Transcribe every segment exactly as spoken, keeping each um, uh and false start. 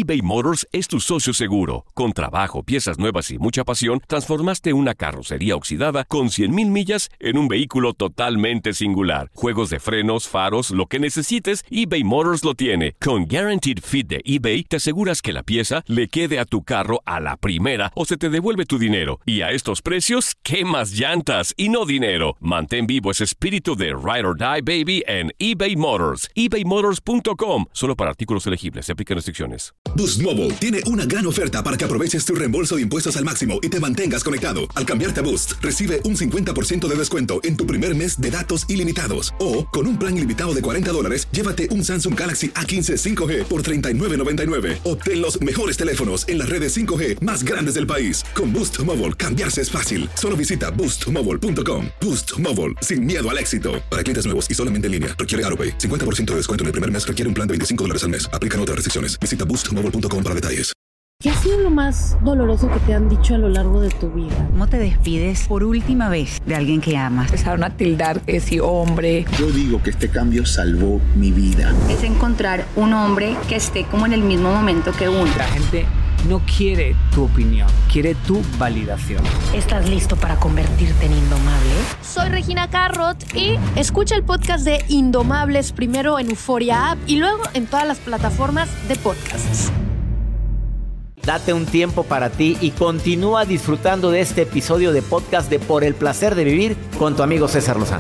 eBay Motors es tu socio seguro. Con trabajo, piezas nuevas y mucha pasión, transformaste una carrocería oxidada con cien mil millas en un vehículo totalmente singular. Juegos de frenos, faros, lo que necesites, eBay Motors lo tiene. Con Guaranteed Fit de eBay, te aseguras que la pieza le quede a tu carro a la primera o se te devuelve tu dinero. Y a estos precios, ¿qué más llantas y no dinero? Mantén vivo ese espíritu de Ride or Die, baby, en eBay Motors. ebay motors punto com. Solo para artículos elegibles. Se aplican restricciones. Boost Mobile tiene una gran oferta para que aproveches tu reembolso de impuestos al máximo y te mantengas conectado. Al cambiarte a Boost, recibe un cincuenta por ciento de descuento en tu primer mes de datos ilimitados. O, con un plan ilimitado de cuarenta dólares, llévate un Samsung Galaxy A quince cinco G por treinta y nueve noventa y nueve. Obtén los mejores teléfonos en las redes cinco G más grandes del país. Con Boost Mobile, cambiarse es fácil. Solo visita boost mobile punto com. Boost Mobile, sin miedo al éxito. Para clientes nuevos y solamente en línea, requiere AutoPay. cincuenta por ciento de descuento en el primer mes requiere un plan de veinticinco dólares al mes. Aplican otras restricciones. Visita boost mobile punto com para detalles. ¿Qué ha sido lo más doloroso que te han dicho a lo largo de tu vida? ¿Cómo te despides por última vez de alguien que amas? Empezaron a tildar que si hombre. Yo digo que este cambio salvó mi vida. Es encontrar un hombre que esté como en el mismo momento que uno. La gente no quiere tu opinión, quiere tu validación. ¿Estás listo para convertirte en indomable? Soy Regina Carrot y escucha el podcast de Indomables primero en Euforia App y luego en todas las plataformas de podcasts. Date un tiempo para ti y continúa disfrutando de este episodio de podcast de Por el Placer de Vivir con tu amigo César Lozano.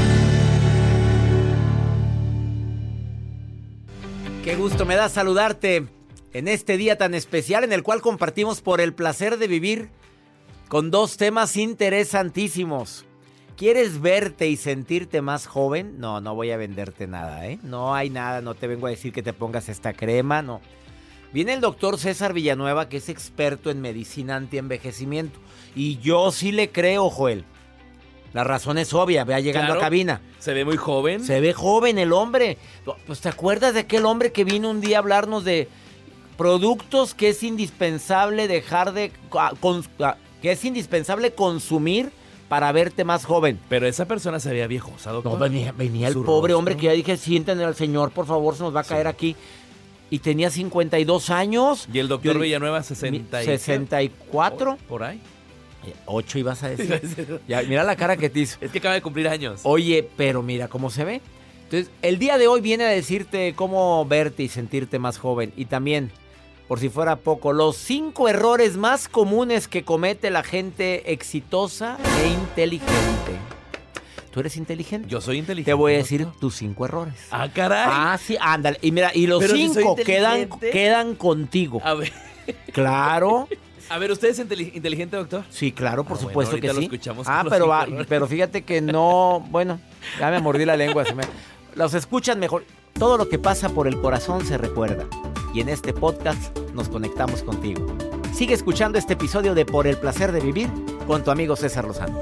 Qué gusto me da saludarte en este día tan especial en el cual compartimos Por el Placer de Vivir con dos temas interesantísimos. ¿Quieres verte y sentirte más joven? No, no voy a venderte nada, ¿eh? No hay nada, no te vengo a decir que te pongas esta crema, no. Viene el doctor César Villanueva, que es experto en medicina antienvejecimiento. Y yo sí le creo, Joel. La razón es obvia, vea llegando claro, a cabina. Se ve muy joven. Se ve joven el hombre. Pues ¿te acuerdas de aquel hombre que vino un día a hablarnos de productos que es indispensable dejar de... Con, que es indispensable consumir para verte más joven? Pero esa persona se veía viejosa, doctor. No, venía, venía el Su pobre rostro. hombre que ya dije, siéntenle al señor, por favor, se nos va a caer sí. aquí. Y tenía cincuenta y dos años. Y el doctor Yo, Villanueva, sesenta y sesenta y cuatro. Por ahí. ocho ibas a decir. Ya, mira la cara que te hizo. Es que acaba de cumplir años. Oye, pero mira cómo se ve. Entonces, el día de hoy viene a decirte cómo verte y sentirte más joven. Y también, por si fuera poco, los cinco errores más comunes que comete la gente exitosa e inteligente. ¿Tú eres inteligente? Yo soy inteligente. Te voy a decir doctor. tus cinco errores. Ah, caray. Ah, sí, ándale. Y mira, y los Pero cinco si quedan, quedan contigo. A ver. Claro. A ver, ¿usted es inteligente, doctor? Sí, claro, por ah, supuesto bueno, que lo sí. Escuchamos ah, pero va, pero fíjate que no, bueno, ya me mordí la lengua. Se me, los escuchan mejor. Todo lo que pasa por el corazón se recuerda. Y en este podcast nos conectamos contigo. Sigue escuchando este episodio de Por el Placer de Vivir con tu amigo César Lozano.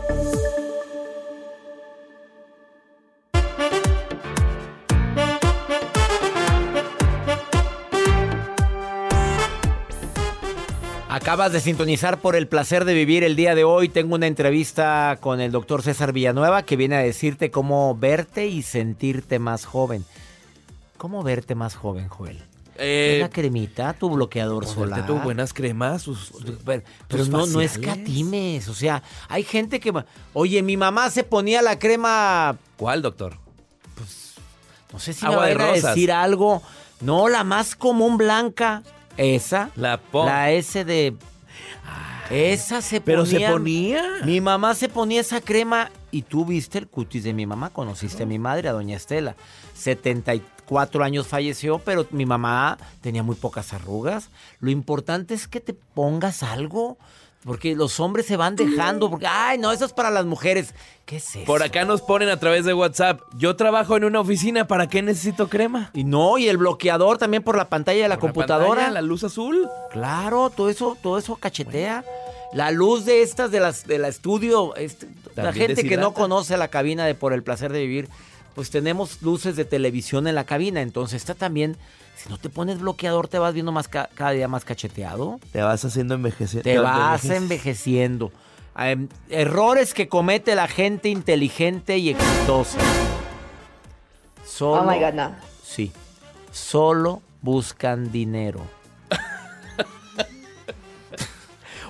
Acabas de sintonizar Por el Placer de Vivir. El día de hoy tengo una entrevista con el doctor César Villanueva que viene a decirte cómo verte y sentirte más joven. ¿Cómo verte más joven, Joel? Eh, la cremita, tu bloqueador solar. Tu buenas cremas, sus, sus pero, pero no, no escatimes. O sea, hay gente que... Oye, mi mamá se ponía la crema... ¿Cuál, doctor? Pues, no sé si Agua me de van a rosas. decir algo. No, la más común blanca. Esa. La pon. La S de... Esa se Pero ponía... se ponía. Mi mamá se ponía esa crema y tú viste el cutis de mi mamá. Conociste a mi madre, a doña Estela. setenta y cuatro años falleció, pero mi mamá tenía muy pocas arrugas. Lo importante es que te pongas algo, porque los hombres se van dejando. Porque, ay, no, eso es para las mujeres. ¿Qué es eso? Por acá nos ponen a través de WhatsApp. Yo trabajo en una oficina, ¿para qué necesito crema? Y no, y el bloqueador también por la pantalla de la ¿Por computadora. La, pantalla, la luz azul. Claro, todo eso, todo eso cachetea. Bueno. La luz de estas de las de la estudio, este, la gente deshidrata. Que no conoce la cabina de Por el Placer de Vivir, pues tenemos luces de televisión en la cabina, entonces está también, si no te pones bloqueador te vas viendo más ca- cada día más cacheteado. Te vas haciendo envejecer. Te vas envejeciendo. Eh, errores que comete la gente inteligente y exitosa. Solo, oh my God, no. Sí. Solo buscan dinero.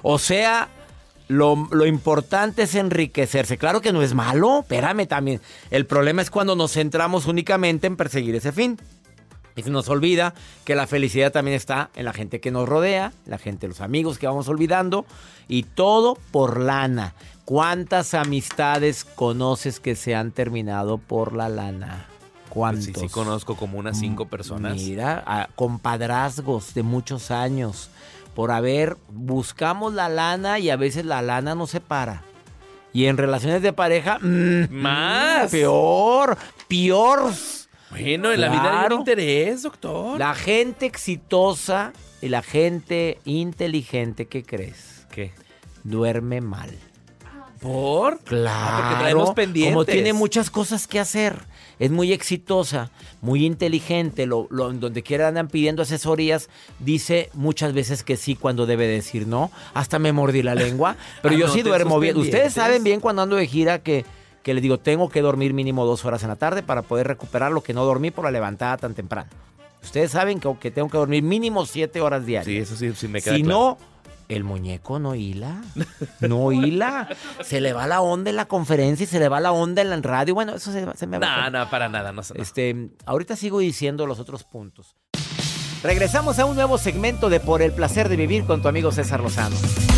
O sea, lo, lo importante es enriquecerse. Claro que no es malo, espérame también. El problema es cuando nos centramos únicamente en perseguir ese fin. Y se nos olvida que la felicidad también está en la gente que nos rodea, la gente, los amigos que vamos olvidando, y todo por lana. ¿Cuántas amistades conoces que se han terminado por la lana? ¿Cuántos? Pues sí, sí conozco como unas cinco personas. Mira, a, compadrazgos de muchos años. Por haber, buscamos la lana y a veces la lana nos separa. Y en relaciones de pareja, mmm, más. Peor, peor. Bueno, en la vida hay un interés, doctor. La gente exitosa y la gente inteligente, ¿qué crees? ¿Qué? Duerme mal. ¿Por? Claro. Ah, porque traemos pendientes. Como tiene muchas cosas que hacer. Es muy exitosa, muy inteligente. Lo, lo, donde quiera andan pidiendo asesorías, dice muchas veces que sí cuando debe decir no. Hasta me mordí la lengua. Pero yo sí duermo bien. Ustedes saben bien cuando ando de gira que... que les digo, tengo que dormir mínimo dos horas en la tarde para poder recuperar lo que no dormí por la levantada tan temprano. Ustedes saben que, que tengo que dormir mínimo siete horas diarias. Sí, eso sí, sí me queda Si claro. no, el muñeco no hila. No hila. Se le va la onda en la conferencia y se le va la onda en la radio. Bueno, eso se, se me va. No, no, para nada. No, no. Este, ahorita sigo diciendo los otros puntos. Regresamos a un nuevo segmento de Por el Placer de Vivir con tu amigo César Lozano.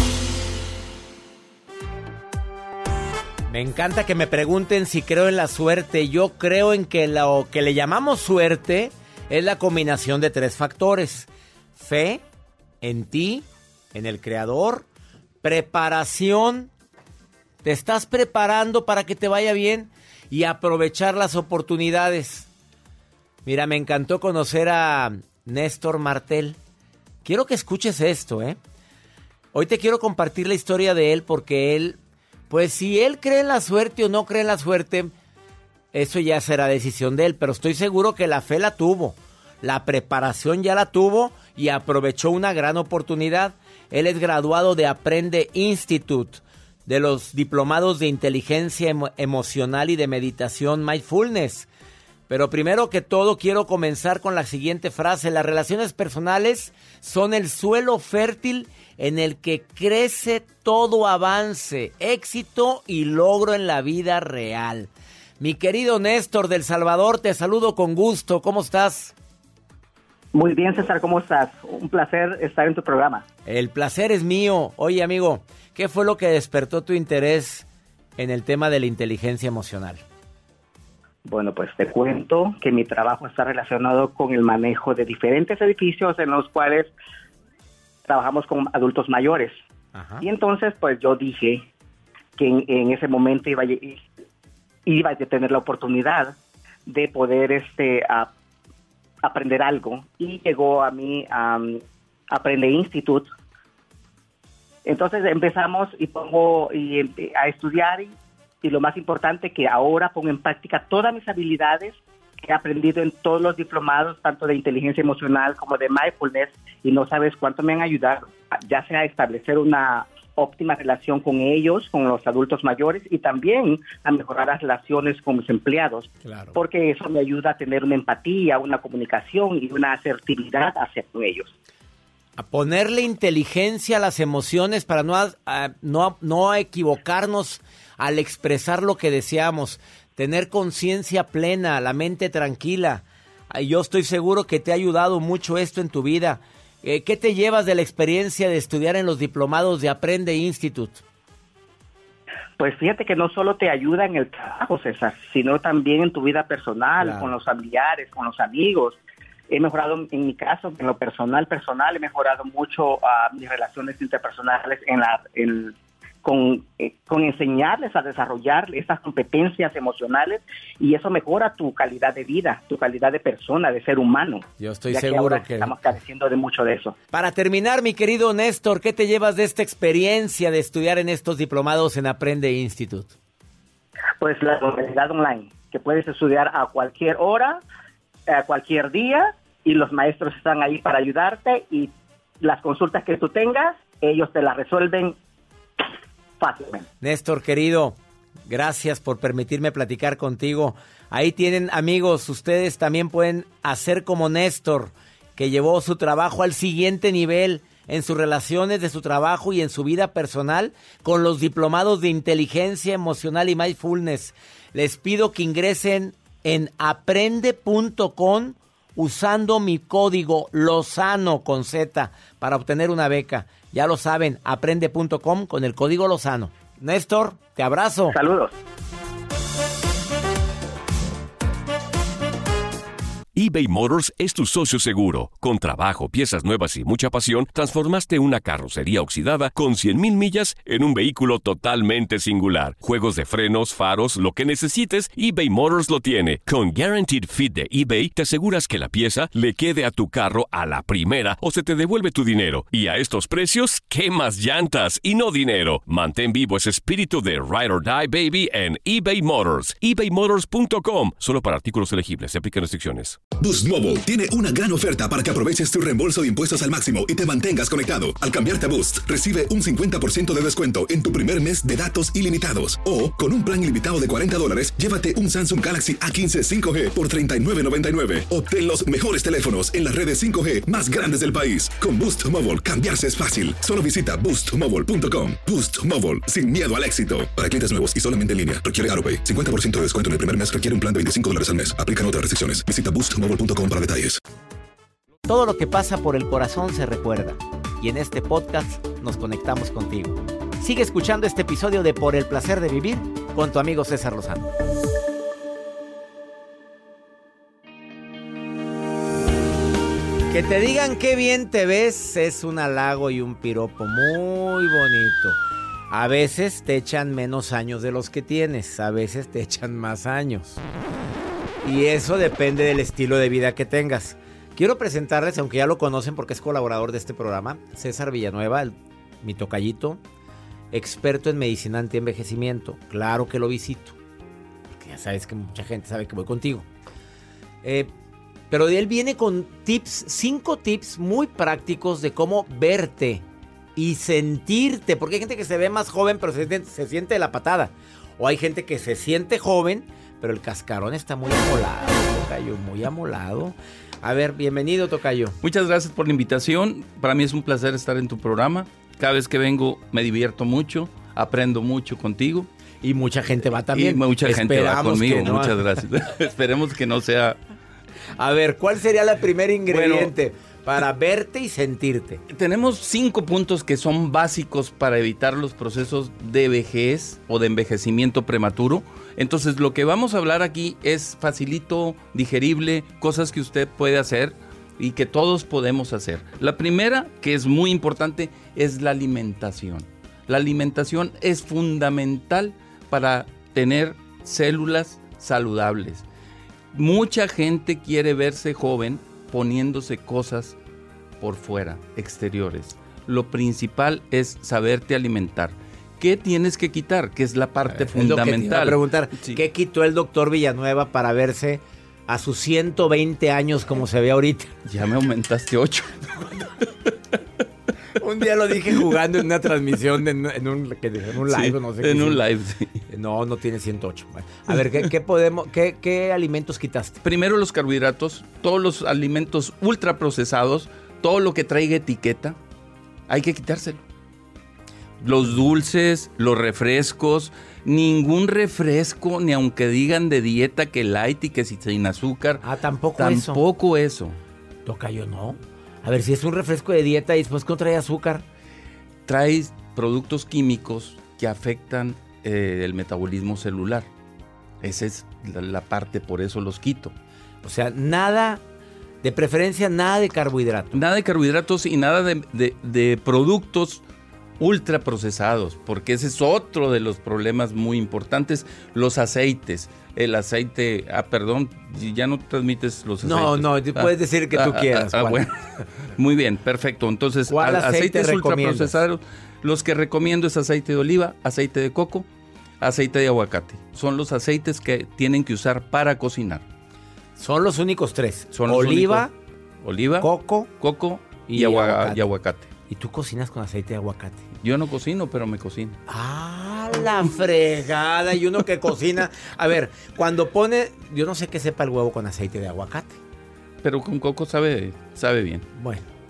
Me encanta que me pregunten si creo en la suerte. Yo creo en que lo que le llamamos suerte es la combinación de tres factores. Fe en ti, en el Creador, preparación. Te estás preparando para que te vaya bien y aprovechar las oportunidades. Mira, me encantó conocer a Néstor Martel. Quiero que escuches esto, ¿eh? Hoy te quiero compartir la historia de él porque él... Pues si él cree en la suerte o no cree en la suerte, eso ya será decisión de él. Pero estoy seguro que la fe la tuvo, la preparación ya la tuvo y aprovechó una gran oportunidad. Él es graduado de Aprende Institute, de los diplomados de inteligencia emo- emocional y de meditación mindfulness. Pero primero que todo quiero comenzar con la siguiente frase. Las relaciones personales son el suelo fértil en el que crece todo avance, éxito y logro en la vida real. Mi querido Néstor del Salvador, te saludo con gusto. ¿Cómo estás? Muy bien, César, ¿cómo estás? Un placer estar en tu programa. El placer es mío. Oye, amigo, ¿qué fue lo que despertó tu interés en el tema de la inteligencia emocional? Bueno, pues te cuento que mi trabajo está relacionado con el manejo de diferentes edificios en los cuales trabajamos con adultos mayores. Ajá. Y entonces, pues yo dije que en, en ese momento iba, iba a tener la oportunidad de poder este, a, aprender algo. Y llegó a mí um, Aprende Institute. Entonces empezamos y pongo y, a estudiar y, y lo más importante que ahora pongo en práctica todas mis habilidades que he aprendido en todos los diplomados, tanto de inteligencia emocional como de mindfulness, y no sabes cuánto me han ayudado, ya sea a establecer una óptima relación con ellos, con los adultos mayores, y también a mejorar las relaciones con mis empleados, claro. Porque eso me ayuda a tener una empatía, una comunicación y una asertividad hacia con ellos. A ponerle inteligencia a las emociones para no, a, no, no equivocarnos al expresar lo que deseamos. Tener conciencia plena, la mente tranquila. Yo estoy seguro que te ha ayudado mucho esto en tu vida. Eh, ¿Qué te llevas de la experiencia de estudiar en los diplomados de Aprende Institute? Pues fíjate que no solo te ayuda en el trabajo, César, sino también en tu vida personal, claro. Con los familiares, con los amigos. He mejorado, en mi caso, en lo personal, personal, he mejorado mucho uh, mis relaciones interpersonales en la... En, Con, eh, con enseñarles a desarrollar esas competencias emocionales y eso mejora tu calidad de vida, tu calidad de persona, de ser humano. Yo estoy seguro que, que estamos careciendo de mucho de eso. Para terminar, mi querido Néstor, ¿qué te llevas de esta experiencia de estudiar en estos diplomados en Aprende Institute? Pues la modalidad online, que puedes estudiar a cualquier hora, a cualquier día, y los maestros están ahí para ayudarte y las consultas que tú tengas, ellos te las resuelven fácilmente. Néstor, querido, gracias por permitirme platicar contigo. Ahí tienen, amigos, ustedes también pueden hacer como Néstor, que llevó su trabajo al siguiente nivel. en sus relaciones de su trabajo y en su vida personal con los diplomados de inteligencia emocional y mindfulness. Les pido que ingresen en aprende punto com usando mi código Lozano con Z para obtener una beca. Ya lo saben, aprende punto com con el código Lozano. Néstor, te abrazo. Saludos. eBay Motors es tu socio seguro. Con trabajo, piezas nuevas y mucha pasión, transformaste una carrocería oxidada con cien mil millas en un vehículo totalmente singular. Juegos de frenos, faros, lo que necesites, eBay Motors lo tiene. Con Guaranteed Fit de eBay, te aseguras que la pieza le quede a tu carro a la primera o se te devuelve tu dinero. Y a estos precios, ¿qué más llantas y no dinero? Mantén vivo ese espíritu de Ride or Die, baby, en eBay Motors. ebay motors punto com. Solo para artículos elegibles. Se aplican restricciones. Boost Mobile tiene una gran oferta para que aproveches tu reembolso de impuestos al máximo y te mantengas conectado. Al cambiarte a Boost, recibe un cincuenta por ciento de descuento en tu primer mes de datos ilimitados. O, con un plan ilimitado de cuarenta dólares, llévate un Samsung Galaxy A quince cinco G por treinta y nueve noventa y nueve. Obtén los mejores teléfonos en las redes cinco G más grandes del país. Con Boost Mobile, cambiarse es fácil. Solo visita boost mobile punto com. Boost Mobile, sin miedo al éxito. Para clientes nuevos y solamente en línea, requiere AutoPay. cincuenta por ciento de descuento en el primer mes requiere un plan de veinticinco dólares al mes. Aplican otras restricciones. Visita boost mobile punto com para detalles. Todo lo que pasa por el corazón se recuerda. Y en este podcast nos conectamos contigo. Sigue escuchando este episodio de Por el Placer de Vivir con tu amigo César Lozano. Que te digan qué bien te ves es un halago y un piropo muy bonito. A veces te echan menos años de los que tienes, a veces te echan más años. Y eso depende del estilo de vida que tengas. Quiero presentarles, aunque ya lo conocen porque es colaborador de este programa, César Villanueva, el, mi tocayito, experto en medicina anti-envejecimiento. Claro que lo visito, porque ya sabes que mucha gente sabe que voy contigo. Eh, pero él viene con tips, cinco tips muy prácticos de cómo verte y sentirte. Porque hay gente que se ve más joven, pero se, se siente de la patada. O hay gente que se siente joven, pero el cascarón está muy amolado, tocayo, muy amolado. A ver, bienvenido, tocayo. Muchas gracias por la invitación. Para mí es un placer estar en tu programa. Cada vez que vengo me divierto mucho, aprendo mucho contigo. Y mucha gente va también. Y mucha gente Esperamos va conmigo, no. Muchas gracias. Esperemos que no sea... A ver, ¿cuál sería la primer ingrediente bueno, para verte y sentirte? Tenemos cinco puntos que son básicos para evitar los procesos de vejez o de envejecimiento prematuro. Entonces, lo que vamos a hablar aquí es facilito, digerible, cosas que usted puede hacer y que todos podemos hacer. La primera, que es muy importante, es la alimentación. La alimentación es fundamental para tener células saludables. Mucha gente quiere verse joven poniéndose cosas por fuera, exteriores. Lo principal es saberte alimentar. ¿Qué tienes que quitar? Que es la parte es fundamental. Lo que te iba a preguntar, sí. ¿Qué quitó el doctor Villanueva para verse a sus ciento veinte años como se ve ahorita? Ya me aumentaste ocho. Un día lo dije jugando en una transmisión, en, en, un, en un live, sí, no sé qué. En un sí. live, sí. No, no tiene ciento ocho. A ver, ¿qué, qué, podemos, qué, ¿qué alimentos quitaste? Primero los carbohidratos, todos los alimentos ultraprocesados, todo lo que traiga etiqueta, hay que quitárselo. Los dulces, los refrescos, ningún refresco, ni aunque digan de dieta que light y que sin azúcar. Ah, tampoco, tampoco eso. Tampoco eso. Tocayo, no. A ver, si es un refresco de dieta y después ¿qué trae azúcar? Trae productos químicos que afectan eh, el metabolismo celular. Esa es la, la parte, por eso los quito. O sea, nada, de preferencia nada de carbohidratos. Nada de carbohidratos y nada de, de, de productos ultraprocesados, porque ese es otro de los problemas muy importantes. Los aceites, el aceite, ah, perdón, ya no transmites los aceites. No, no, ah, puedes decir que tú ah, quieras. Ah, ah, bueno. Muy bien, perfecto. Entonces, ¿cuál aceite aceites ultraprocesados, los que recomiendo es aceite de oliva, aceite de coco, aceite de aguacate. Son los aceites que tienen que usar para cocinar. Son los únicos tres. Son los oliva, únicos, oliva, coco, coco y, y, agua, aguacate. y aguacate. ¿Y tú cocinas con aceite de aguacate? Yo no cocino, pero me cocino. ¡Ah, la fregada! Y uno que cocina. A ver, cuando pone... Yo no sé qué sepa el huevo con aceite de aguacate. Pero con coco sabe, sabe bien. Bueno.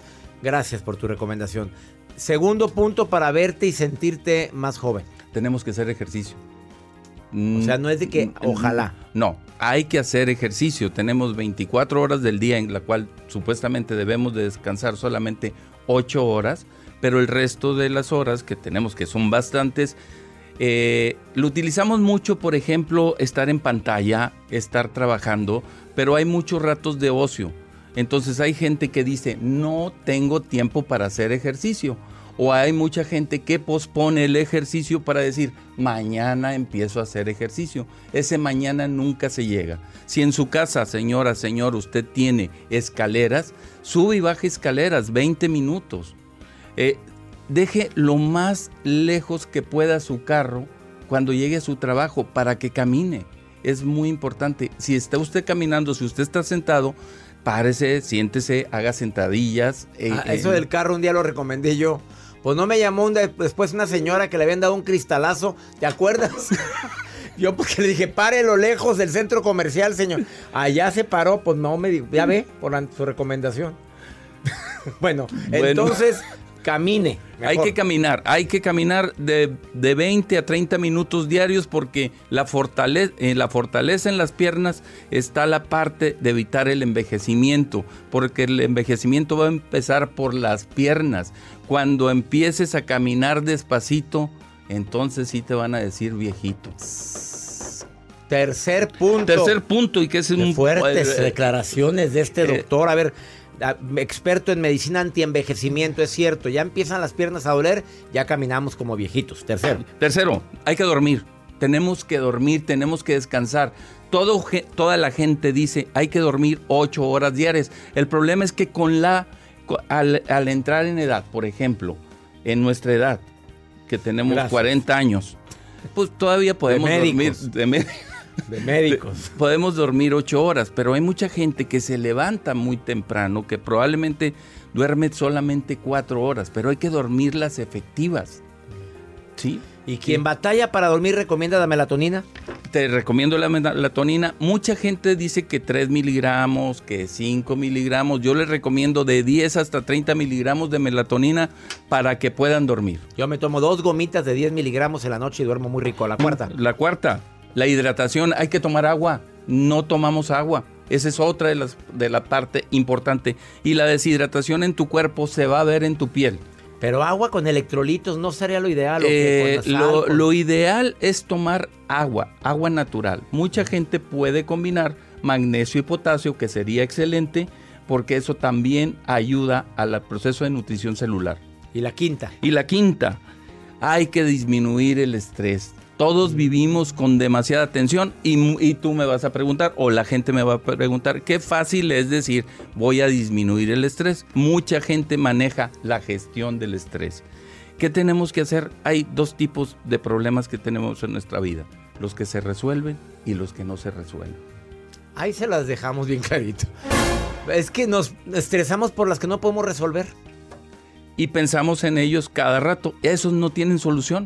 Gracias por tu recomendación. Segundo punto para verte y sentirte más joven. Tenemos que hacer ejercicio. O sea, no es de que ojalá. No, hay que hacer ejercicio. Tenemos veinticuatro horas del día en la cual supuestamente debemos de descansar solamente ocho horas, pero el resto de las horas que tenemos, que son bastantes, eh, lo utilizamos mucho, por ejemplo, estar en pantalla, estar trabajando, pero hay muchos ratos de ocio. Entonces hay gente que dice, no tengo tiempo para hacer ejercicio. O hay mucha gente que pospone el ejercicio para decir, mañana empiezo a hacer ejercicio. Ese mañana nunca se llega. Si en su casa, señora, señor, usted tiene escaleras, sube y baje escaleras, veinte minutos. Eh, deje lo más lejos que pueda su carro cuando llegue a su trabajo para que camine. Es muy importante. Si está usted caminando, si usted está sentado, párese, siéntese, haga sentadillas. Eh, ah, eso eh, del carro un día lo recomendé yo. Pues no me llamó un de, después una señora que le habían dado un cristalazo, ¿te acuerdas? Yo porque le dije, pare lo lejos del centro comercial, señor. Allá se paró, pues no me dijo, ya ve, por la, su recomendación. bueno, bueno, entonces camine. Mejor. Hay que caminar, hay que caminar de, de veinte a treinta minutos diarios porque la fortaleza, en la fortaleza en las piernas está la parte de evitar el envejecimiento, porque el envejecimiento va a empezar por las piernas. Cuando empieces a caminar despacito, entonces sí te van a decir viejito. Tercer punto. Tercer punto y que es un... fuertes eh, declaraciones de este doctor. A ver, experto en medicina antienvejecimiento, es cierto. Ya empiezan las piernas a doler, ya caminamos como viejitos. Tercero. Tercero, hay que dormir. Tenemos que dormir, tenemos que descansar. Todo, toda la gente dice, hay que dormir ocho horas diarias. El problema es que con la... Al, al entrar en edad, por ejemplo, en nuestra edad, que tenemos Gracias. cuarenta años, pues todavía podemos de dormir de, med- de médicos. De, podemos dormir ocho horas, pero hay mucha gente que se levanta muy temprano, que probablemente duerme solamente cuatro horas, pero hay que dormir las efectivas. ¿Sí? ¿Y quien sí. batalla para dormir recomienda la melatonina? Te recomiendo la melatonina. Mucha gente dice que tres miligramos, que cinco miligramos. Yo les recomiendo de diez hasta treinta miligramos de melatonina para que puedan dormir. Yo me tomo dos gomitas de diez miligramos en la noche y duermo muy rico. La cuarta. La cuarta, la hidratación. Hay que tomar agua. No tomamos agua. Esa es otra de, las, de la parte importante. Y la deshidratación en tu cuerpo se va a ver en tu piel. Pero agua con electrolitos no sería lo ideal. ¿O eh, con lo, lo ideal es tomar agua, agua natural. Mucha gente puede combinar magnesio y potasio, que sería excelente, porque eso también ayuda al proceso de nutrición celular. ¿Y la quinta? Y la quinta, hay que disminuir el estrés. Todos vivimos con demasiada tensión y, y tú me vas a preguntar, o la gente me va a preguntar, qué fácil es decir, voy a disminuir el estrés. Mucha gente maneja la gestión del estrés. ¿Qué tenemos que hacer? Hay dos tipos de problemas que tenemos en nuestra vida, los que se resuelven y los que no se resuelven. Ahí se las dejamos bien clarito. Es que nos estresamos por las que no podemos resolver. Y pensamos en ellos cada rato, esos no tienen solución.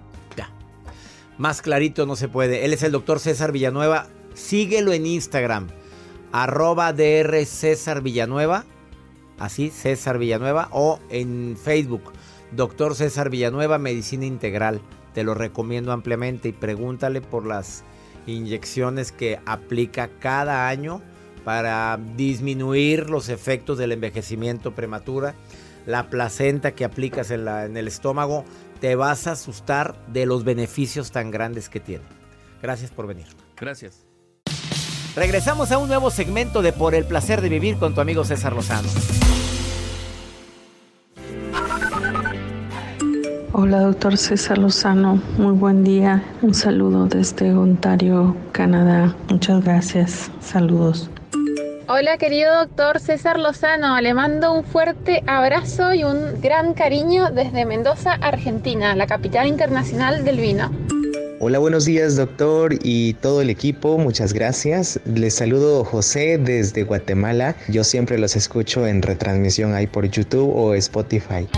Más clarito no se puede. Él es el doctor César Villanueva. Síguelo en Instagram. Arroba DR César Villanueva. Así, César Villanueva. O en Facebook. Doctor César Villanueva, Medicina Integral. Te lo recomiendo ampliamente. Y pregúntale por las inyecciones que aplica cada año para disminuir los efectos del envejecimiento prematura. La placenta que aplicas en, la, en el estómago. Te vas a asustar de los beneficios tan grandes que tiene. Gracias por venir. Gracias. Regresamos a un nuevo segmento de Por el Placer de Vivir con tu amigo César Lozano. Hola, doctor César Lozano. Muy buen día. Un saludo desde Ontario, Canadá. Muchas gracias. Saludos. Hola, querido doctor César Lozano, le mando un fuerte abrazo y un gran cariño desde Mendoza, Argentina, la capital internacional del vino. Hola, buenos días, doctor y todo el equipo, muchas gracias. Les saludo José desde Guatemala. Yo siempre los escucho en retransmisión ahí por YouTube o Spotify.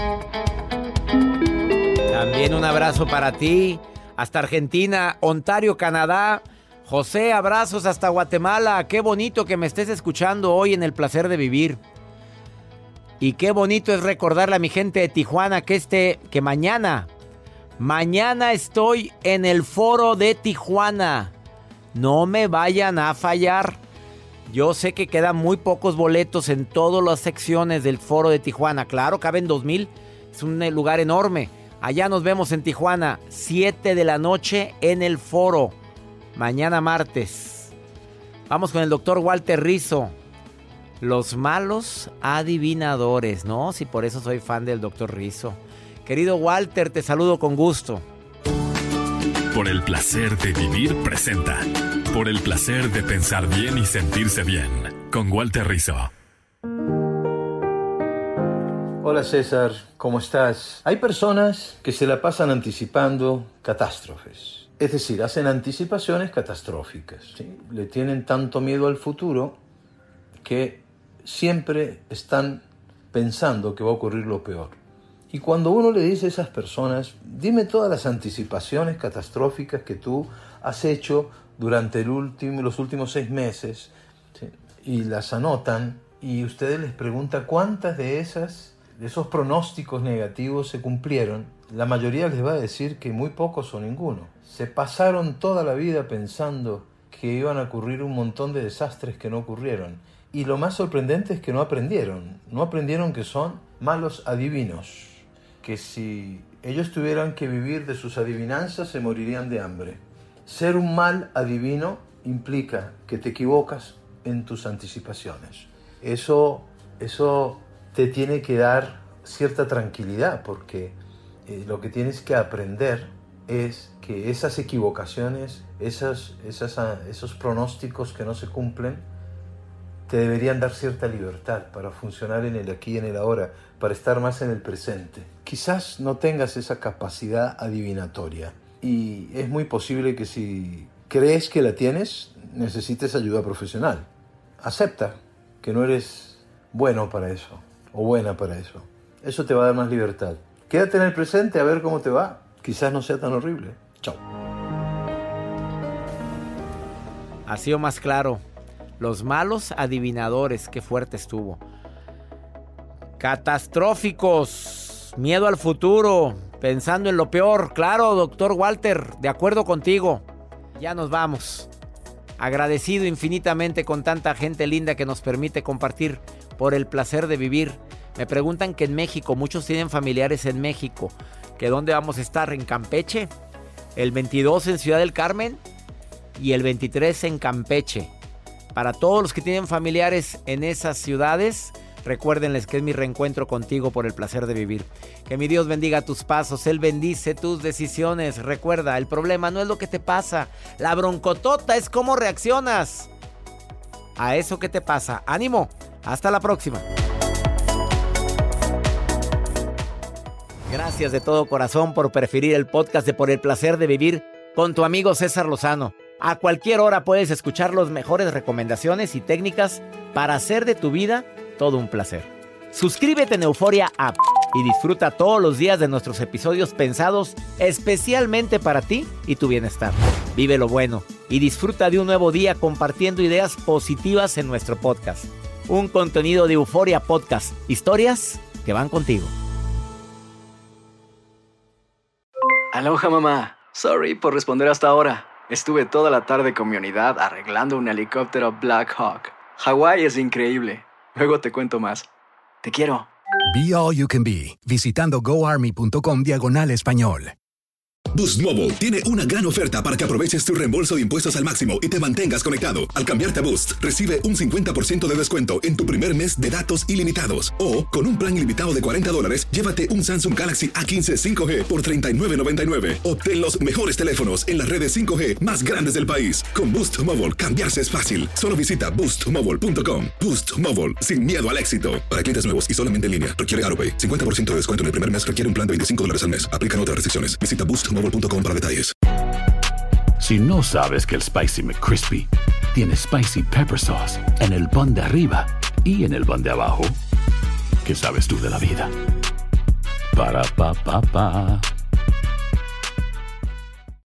También un abrazo para ti, hasta Argentina, Ontario, Canadá. José, abrazos hasta Guatemala. Qué bonito que me estés escuchando hoy en El Placer de Vivir. Y qué bonito es recordarle a mi gente de Tijuana que este, que mañana, mañana estoy en el Foro de Tijuana. No me vayan a fallar. Yo sé que quedan muy pocos boletos en todas las secciones del Foro de Tijuana. Claro, caben dos mil. Es un lugar enorme. Allá nos vemos en Tijuana, siete de la noche en el Foro. Mañana martes. Vamos con el doctor Walter Rizzo. Los malos adivinadores, ¿no? Si por eso soy fan del doctor Rizzo. Querido Walter, te saludo con gusto. Por el placer de vivir presenta. Por el placer de pensar bien y sentirse bien. Con Walter Rizzo. Hola César, ¿cómo estás? Hay personas que se la pasan anticipando catástrofes. Es decir, hacen anticipaciones catastróficas, ¿sí? Le tienen tanto miedo al futuro que siempre están pensando que va a ocurrir lo peor. Y cuando uno le dice a esas personas, dime todas las anticipaciones catastróficas que tú has hecho durante el último, los últimos seis meses, ¿sí? Y las anotan, y ustedes les preguntan cuántas de esas, de esos pronósticos negativos se cumplieron, la mayoría les va a decir que muy pocos o ninguno. Se pasaron toda la vida pensando que iban a ocurrir un montón de desastres que no ocurrieron. Y lo más sorprendente es que no aprendieron. No aprendieron que son malos adivinos. Que si ellos tuvieran que vivir de sus adivinanzas, se morirían de hambre. Ser un mal adivino implica que te equivocas en tus anticipaciones. Eso, eso te tiene que dar cierta tranquilidad, porque eh, lo que tienes que aprender es que esas equivocaciones, esas, esas, esos pronósticos que no se cumplen, te deberían dar cierta libertad para funcionar en el aquí y en el ahora, para estar más en el presente. Quizás no tengas esa capacidad adivinatoria y es muy posible que si crees que la tienes, necesites ayuda profesional. Acepta que no eres bueno para eso o buena para eso. Eso te va a dar más libertad. Quédate en el presente a ver cómo te va. Quizás no sea tan horrible. Chao. Ha sido más claro. Los malos adivinadores, qué fuerte estuvo. Catastróficos, miedo al futuro, pensando en lo peor. Claro, doctor Walter, de acuerdo contigo. Ya nos vamos. Agradecido infinitamente con tanta gente linda que nos permite compartir por el placer de vivir. Me preguntan que en México, muchos tienen familiares en México, que dónde vamos a estar, en Campeche, el veintidós en Ciudad del Carmen y el veintitrés en Campeche. Para todos los que tienen familiares en esas ciudades, recuérdenles que es mi reencuentro contigo por el placer de vivir. Que mi Dios bendiga tus pasos, Él bendice tus decisiones. Recuerda, el problema no es lo que te pasa, la broncotota es cómo reaccionas a eso que te pasa. ¡Ánimo! Hasta la próxima. Gracias de todo corazón por preferir el podcast de Por el placer de vivir con tu amigo César Lozano. A cualquier hora puedes escuchar las mejores recomendaciones y técnicas para hacer de tu vida todo un placer. Suscríbete en Euforia App y disfruta todos los días de nuestros episodios pensados especialmente para ti y tu bienestar. Vive lo bueno y disfruta de un nuevo día compartiendo ideas positivas en nuestro podcast. Un contenido de Euforia Podcast. Historias que van contigo. Aloha, mamá. Sorry por responder hasta ahora. Estuve toda la tarde con mi unidad arreglando un helicóptero Black Hawk. Hawái es increíble. Luego te cuento más. Te quiero. Be All You Can Be, visitando goarmy.com diagonal español. Boost Mobile tiene una gran oferta para que aproveches tu reembolso de impuestos al máximo y te mantengas conectado. Al cambiarte a Boost, recibe un cincuenta por ciento de descuento en tu primer mes de datos ilimitados. O, con un plan ilimitado de cuarenta dólares, llévate un Samsung Galaxy A quince cinco G por treinta y nueve noventa y nueve. Obtén los mejores teléfonos en las redes cinco G más grandes del país. Con Boost Mobile, cambiarse es fácil. Solo visita boost mobile punto com. Boost Mobile, sin miedo al éxito. Para clientes nuevos y solamente en línea, requiere AutoPay. cincuenta por ciento de descuento en el primer mes requiere un plan de veinticinco dólares al mes. Aplican otras restricciones. Visita boost mobile punto com para detalles. Si no sabes que el Spicy McCrispy tiene Spicy Pepper Sauce en el pan de arriba y en el pan de abajo, ¿qué sabes tú de la vida? Para, pa, pa, pa.